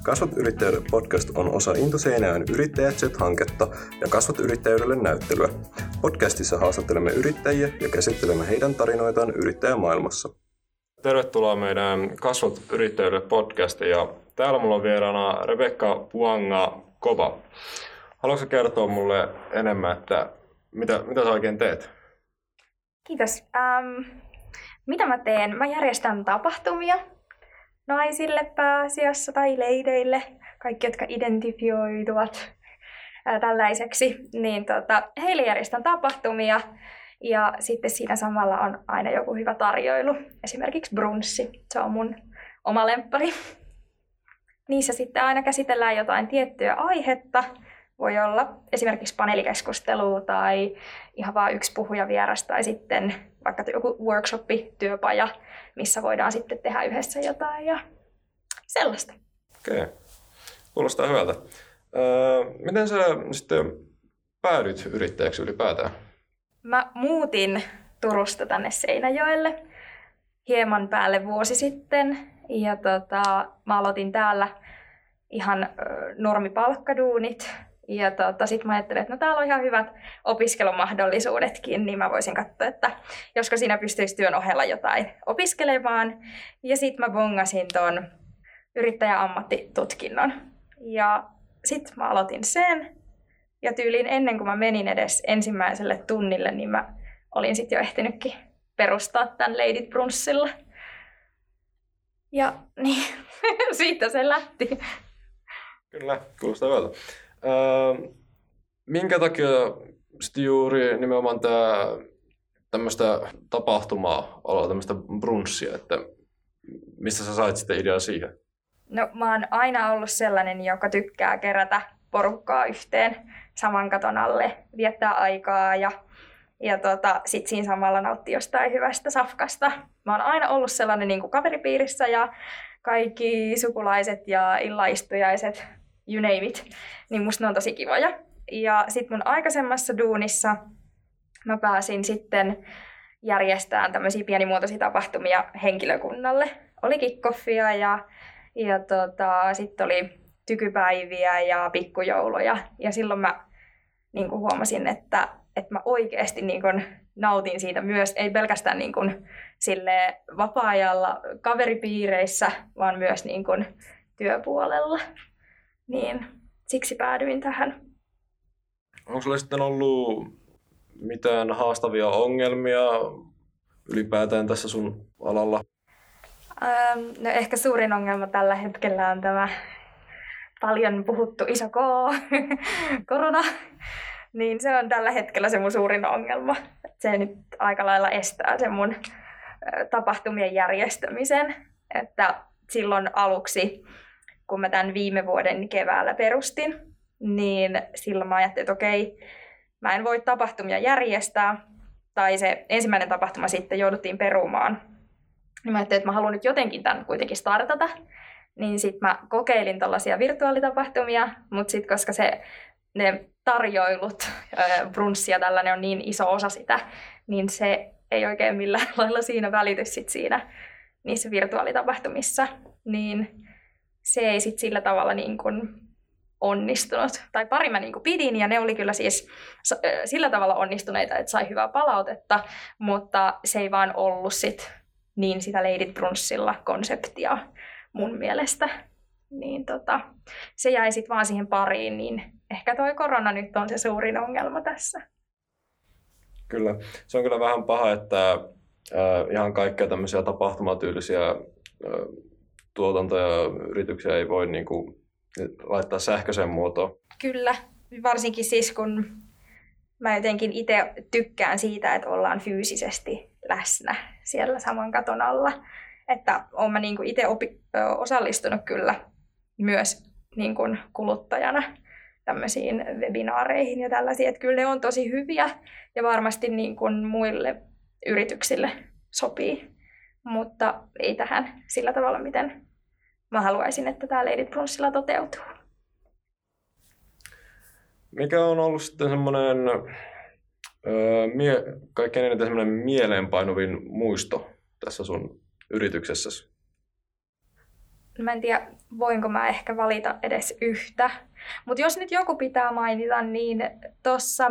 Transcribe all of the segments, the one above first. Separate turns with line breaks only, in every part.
Kasvat yrittäjyyden podcast on osa Into Seinäjoen Yrittäjät-hanketta ja Kasvat yrittäjyydelle näyttelyä. Podcastissa haastattelemme yrittäjiä ja käsittelemme heidän tarinoitaan yrittäjämaailmassa. Tervetuloa meidän Kasvat yrittäjyydelle podcastiin ja täällä mulla on vieraana Rebekka Puanga-Koba. Haluatko kertoa mulle enemmän, että mitä sä oikein teet?
Kiitos. Mitä mä teen? Mä järjestän tapahtumia naisille pääasiassa tai leideille, kaikki jotka identifioituvat tällaiseksi, niin heille järjestän tapahtumia ja sitten siinä samalla on aina joku hyvä tarjoilu, esimerkiksi brunssi, se on mun oma lemppari. Niissä sitten aina käsitellään jotain tiettyä aihetta, voi olla esimerkiksi paneelikeskustelua tai ihan vaan yksi puhujavieras tai sitten vaikka joku workshopi, työpaja, missä voidaan sitten tehdä yhdessä jotain ja sellaista.
Okei, kuulostaa hyvältä. Miten sä sitten päädyit yrittäjäksi ylipäätään?
Mä muutin Turusta tänne Seinäjoelle hieman päälle vuosi sitten ja mä aloitin täällä ihan normipalkkaduunit. Ja sitten mä ajattelin, että täällä on ihan hyvät opiskelumahdollisuudetkin, niin mä voisin katsoa, että josko siinä pystyisi työn ohella jotain opiskelemaan. Ja sitten mä bongasin ton yrittäjäammattitutkinnon. Ja sitten mä aloitin sen. Ja tyyliin ennen kuin mä menin edes ensimmäiselle tunnille, niin mä olin sitten jo ehtinytkin perustaa tämän Leidit Brunssilla. Ja niin, siitä se lähti.
Kyllä, kuulostaa hyvältä. Minkä takia sitten juuri nimenomaan tämmöistä tapahtumaa, tämmöistä brunssia, että mistä sä sait sitten ideaa siihen?
No mä oon aina ollut sellainen, joka tykkää kerätä porukkaa yhteen saman katon alle, viettää aikaa ja sit siinä samalla nauttia jostain hyvästä safkasta. Mä oon aina ollut sellainen niin kuin kaveripiirissä ja kaikki sukulaiset ja illaistujaiset, you name it, niin musta ne on tosi kivoja. Ja sit mun aikaisemmassa duunissa mä pääsin sitten järjestämään tämmöisiä pienimuotoisia tapahtumia henkilökunnalle. Oli kickoffia ja sitten oli tykypäiviä ja pikkujouluja. Ja silloin mä niin kuin huomasin, että mä oikeasti niin kuin nautin siitä myös, ei pelkästään niin kuin silleen vapaa-ajalla kaveripiireissä, vaan myös niin kuin työpuolella. Niin siksi päädyin tähän.
Onko sulla sitten ollut mitään haastavia ongelmia ylipäätään tässä sun alalla?
No ehkä suurin ongelma tällä hetkellä on tämä paljon puhuttu iso K, korona. Niin se on tällä hetkellä se mun suurin ongelma. Se nyt aika lailla estää sen mun tapahtumien järjestämisen. Että silloin aluksi, kun mä tämän viime vuoden keväällä perustin, niin silloin mä ajattelin, että okei, mä en voi tapahtumia järjestää. Tai se ensimmäinen tapahtuma sitten jouduttiin perumaan. Niin mä ajattelin, että mä haluan nyt jotenkin tämän kuitenkin startata. Niin sitten mä kokeilin tällaisia virtuaalitapahtumia, mutta sitten koska ne tarjoilut, brunssi ja tällainen on niin iso osa sitä, niin se ei oikein millään lailla siinä välity sit siinä niissä virtuaalitapahtumissa. Niin se ei sitten sillä tavalla niin kuin onnistunut. Tai pari mä niin kuin pidin ja ne oli kyllä siis sillä tavalla onnistuneita, että sai hyvää palautetta, mutta se ei vaan ollut sit niin sitä Leidit Brunssilla konseptia mun mielestä. Niin se jäi sitten vaan siihen pariin, niin ehkä toi korona nyt on se suurin ongelma tässä.
Kyllä. Se on kyllä vähän paha, että ihan kaikkia tämmöisiä tapahtumatyylisiä tuotantoja ja yrityksiä ei voi niinku laittaa sähköiseen muotoon.
Kyllä, varsinkin siis kun mä jotenkin itse tykkään siitä, että ollaan fyysisesti läsnä siellä saman katon alla. Että olen mä niinku itse osallistunut kyllä myös niin kuin kuluttajana tämmöisiin webinaareihin ja tällaisiin, että kyllä ne on tosi hyviä ja varmasti niin kuin muille yrityksille sopii, mutta ei tähän sillä tavalla, miten mä haluaisin, että tämä Leidit Brunssilla toteutuu.
Mikä on ollut sitten semmoinen kaikkein eniten semmoinen mieleenpainuvin muisto tässä sun yrityksessäsi?
mä en tiedä, voinko mä ehkä valita edes yhtä. Mutta jos nyt joku pitää mainita, niin tuossa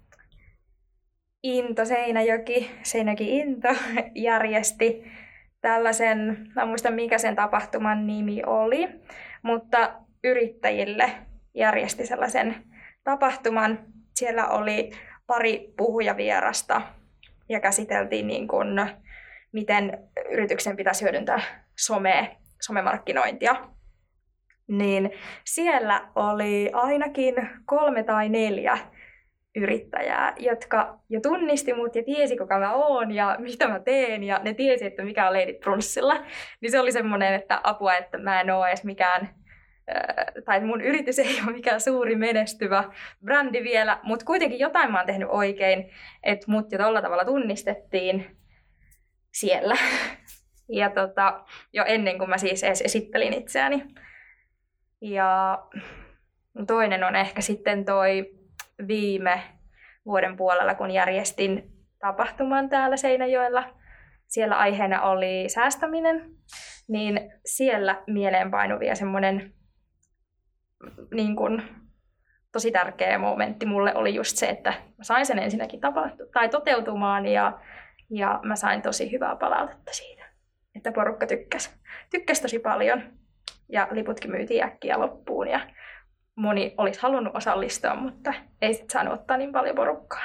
Seinäjoki järjesti tällaisen, mä en muista mikä sen tapahtuman nimi oli, mutta yrittäjille järjesti sellaisen tapahtuman. Siellä oli pari puhujavierasta ja käsiteltiin niin kuin, miten yrityksen pitäisi hyödyntää somemarkkinointia. Niin siellä oli ainakin 3 tai 4 yrittäjää, jotka jo tunnisti mut ja tiesi, kuka mä oon ja mitä mä teen, ja ne tiesi, että mikä on Leidit Brunssilla. Niin se oli semmoinen, että apua, että mä en oo edes mikään, tai mun yritys ei ole mikään suuri menestyvä brändi vielä, mutta kuitenkin jotain mä oon tehnyt oikein, että mut jo tolla tavalla tunnistettiin siellä. Ja jo ennen kuin mä siis edes esittelin itseäni. Ja toinen on ehkä sitten toi viime vuoden puolella, kun järjestin tapahtuman täällä Seinäjoella. Siellä aiheena oli säästäminen, niin siellä mieleenpainuvia semmoinen niin kun, tosi tärkeä momentti mulle oli just se, että mä sain sen ensinnäkin toteutumaan ja mä sain tosi hyvää palautetta siitä, että porukka tykkäsi tosi paljon ja liputkin myytiin äkkiä loppuun ja moni olisi halunnut osallistua, mutta ei sit saanut ottaa niin paljon porukkaa.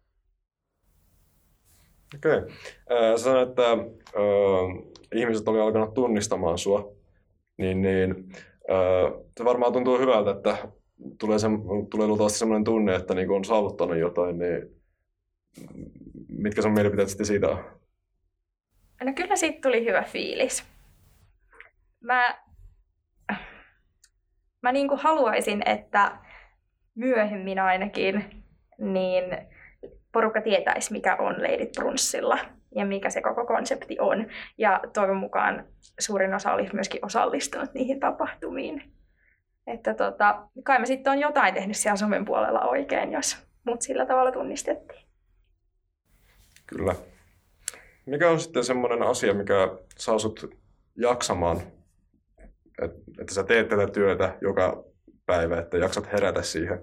Okei. Sä sanoit, että ihmiset oli alkanut tunnistamaan sua, niin se varmaan tuntuu hyvältä, että tulee luultavasti sellainen tunne, että niin on saavuttanut jotain, niin mitkä sun mielipiteet sitten siitä on?
No kyllä siitä tuli hyvä fiilis. Mä niin kuin haluaisin, että myöhemmin ainakin niin porukka tietäisi, mikä on Leidit Brunssilla ja mikä se koko konsepti on. Ja toivon mukaan suurin osa olisi myöskin osallistunut niihin tapahtumiin. Että kai mä sitten on jotain tehnyt siellä somen puolella oikein, jos mut sillä tavalla tunnistettiin.
Kyllä. Mikä on sitten semmoinen asia, mikä saa sut jaksamaan, että sä teet tätä työtä joka päivä, että jaksat herätä siihen?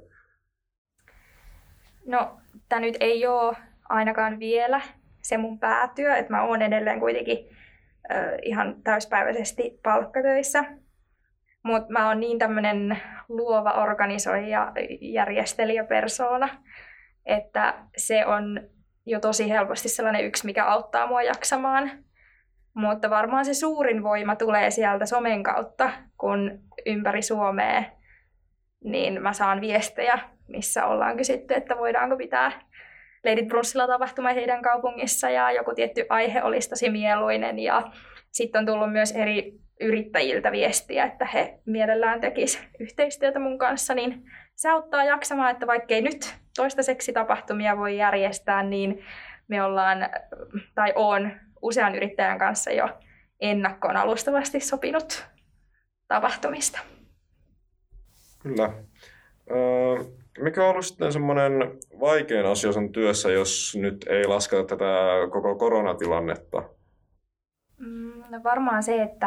No, tämä nyt ei ole ainakaan vielä se mun päätyö, että mä oon edelleen kuitenkin ihan täyspäiväisesti palkkatöissä. Mutta mä oon niin tämmönen luova organisoija, järjestelijäpersoona, että se on jo tosi helposti sellainen yksi, mikä auttaa mua jaksamaan. Mutta varmaan se suurin voima tulee sieltä somen kautta, kun ympäri Suomea niin mä saan viestejä, missä ollaan kysytty, että voidaanko pitää Leidit Brunssilla tapahtuma heidän kaupungissa ja joku tietty aihe olisi tosi mieluinen. Ja sitten on tullut myös eri yrittäjiltä viestiä, että he mielellään tekisivät yhteistyötä mun kanssa, niin se auttaa jaksamaan, että vaikkei nyt toistaiseksi tapahtumia voi järjestää, niin me olen usean yrittäjän kanssa jo ennakkoon alustavasti sopinut tapahtumista.
Kyllä. Mikä on ollut sitten semmoinen vaikein asia sun työssä, jos nyt ei lasketa tätä koko koronatilannetta?
No varmaan se, että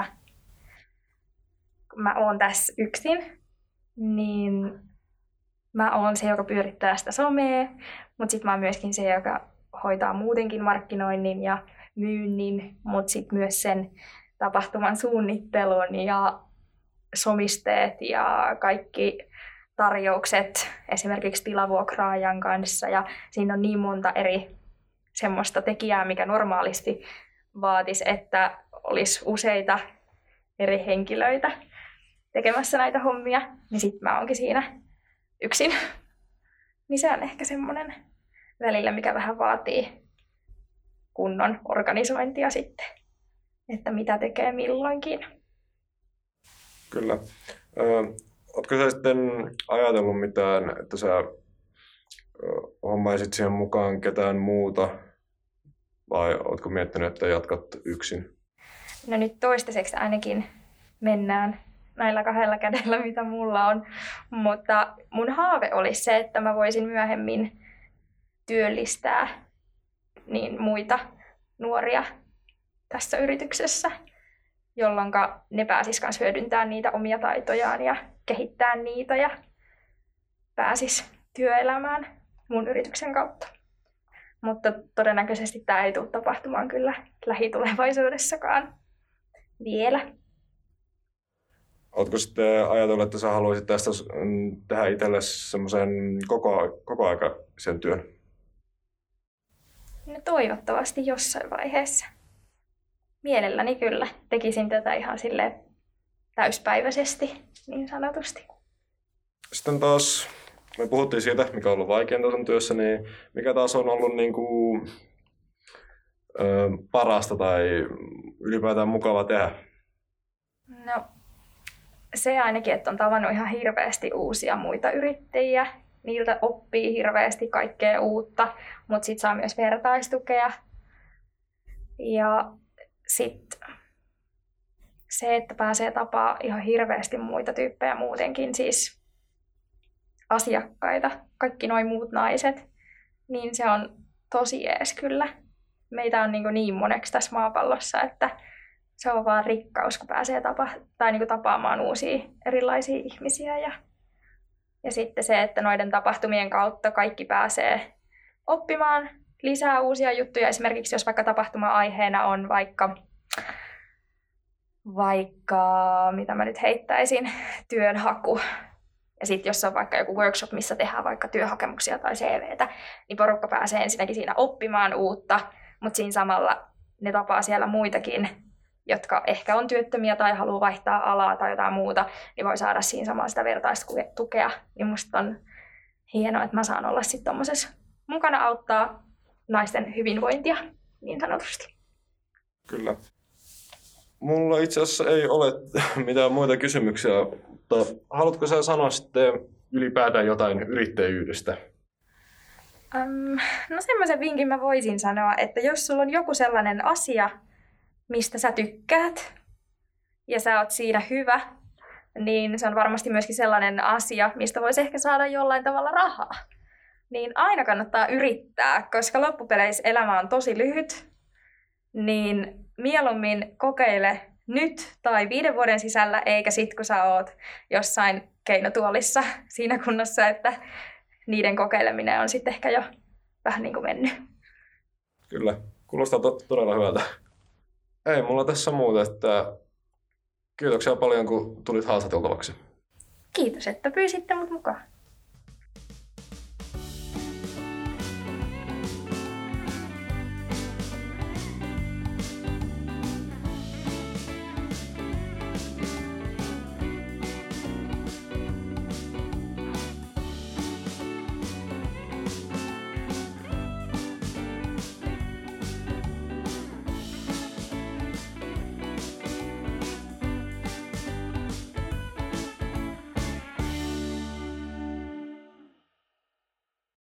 kun mä oon tässä yksin, niin mä oon se, joka pyörittää sitä somea, mutta sitten mä oon myöskin se, joka hoitaa muutenkin markkinoinnin ja myynnin, mutta sitten myös sen tapahtuman suunnittelun ja somisteet ja kaikki tarjoukset esimerkiksi tilavuokraajan kanssa. Ja siinä on niin monta eri semmoista tekijää, mikä normaalisti vaatisi, että olisi useita eri henkilöitä tekemässä näitä hommia, niin sitten mä oonkin siinä yksin. Niin se on ehkä semmoinen välillä, mikä vähän vaatii kunnon organisointia sitten, että mitä tekee milloinkin.
Kyllä. Ootko sä sitten ajatellut mitään, että sä hommaisit siihen mukaan ketään muuta, vai ootko miettinyt, että jatkat yksin?
No nyt toistaiseksi ainakin mennään näillä 2 kädellä, mitä mulla on. Mutta mun haave olisi se, että mä voisin myöhemmin työllistää niin muita nuoria tässä yrityksessä. jolloin ne pääsis myös hyödyntämään niitä omia taitojaan ja kehittää niitä ja pääsis työelämään mun yrityksen kautta. Mutta todennäköisesti tämä ei tule tapahtumaan kyllä lähitulevaisuudessakaan vielä.
Oletko sitten ajatellut, että sä haluaisit tästä tehdä itsellesi semmoisen kokoaikaisen työn?
No toivottavasti jossain vaiheessa. Mielelläni kyllä tekisin tätä ihan silleen täyspäiväisesti, niin sanotusti.
Sitten taas, me puhuttiin siitä, mikä on ollut vaikeinta sun työssä, niin mikä taas on ollut niinku, parasta tai ylipäätään mukava tehdä?
No se ainakin, että on tavannut ihan hirveästi uusia muita yrittäjiä. Niiltä oppii hirveästi kaikkea uutta, mutta sitten saa myös vertaistukea. Ja sitten se, että pääsee tapaa ihan hirveästi muita tyyppejä muutenkin, siis asiakkaita, kaikki nuo muut naiset, niin se on tosi jees kyllä. Meitä on niin moneksi tässä maapallossa, että se on vaan rikkaus, kun pääsee tapaamaan uusia erilaisia ihmisiä. Ja sitten se, että noiden tapahtumien kautta kaikki pääsee oppimaan lisää uusia juttuja. Esimerkiksi jos vaikka tapahtuma-aiheena on vaikka mitä mä nyt heittäisin, työnhaku. Ja sitten jos on vaikka joku workshop, missä tehdään vaikka työhakemuksia tai CVtä, niin porukka pääsee ensinnäkin siinä oppimaan uutta, mutta siinä samalla ne tapaa siellä muitakin, jotka ehkä on työttömiä tai haluaa vaihtaa alaa tai jotain muuta, niin voi saada siinä samalla sitä vertaistukea. Niin musta on hienoa, että mä saan olla sitten tommosessa mukana auttaa naisten hyvinvointia, niin sanotusti.
Kyllä. Mulla itse asiassa ei ole mitään muita kysymyksiä, mutta haluatko sä sanoa sitten ylipäätään jotain yrittäjyydestä?
No semmoisen vinkin mä voisin sanoa, että jos sulla on joku sellainen asia, mistä sä tykkäät ja sä oot siinä hyvä, niin se on varmasti myöskin sellainen asia, mistä voisi ehkä saada jollain tavalla rahaa. Niin aina kannattaa yrittää, koska loppupeleissä elämä on tosi lyhyt, niin mieluummin kokeile nyt tai 5 vuoden sisällä, eikä sit kun sä oot jossain keinotuolissa siinä kunnossa, että niiden kokeileminen on sitten ehkä jo vähän niin kuin mennyt.
Kyllä, kuulostaa todella hyvältä. Ei mulla tässä muuta, että kiitoksia paljon kun tulit haastateltavaksi.
Kiitos, että pyysitte mut mukaan.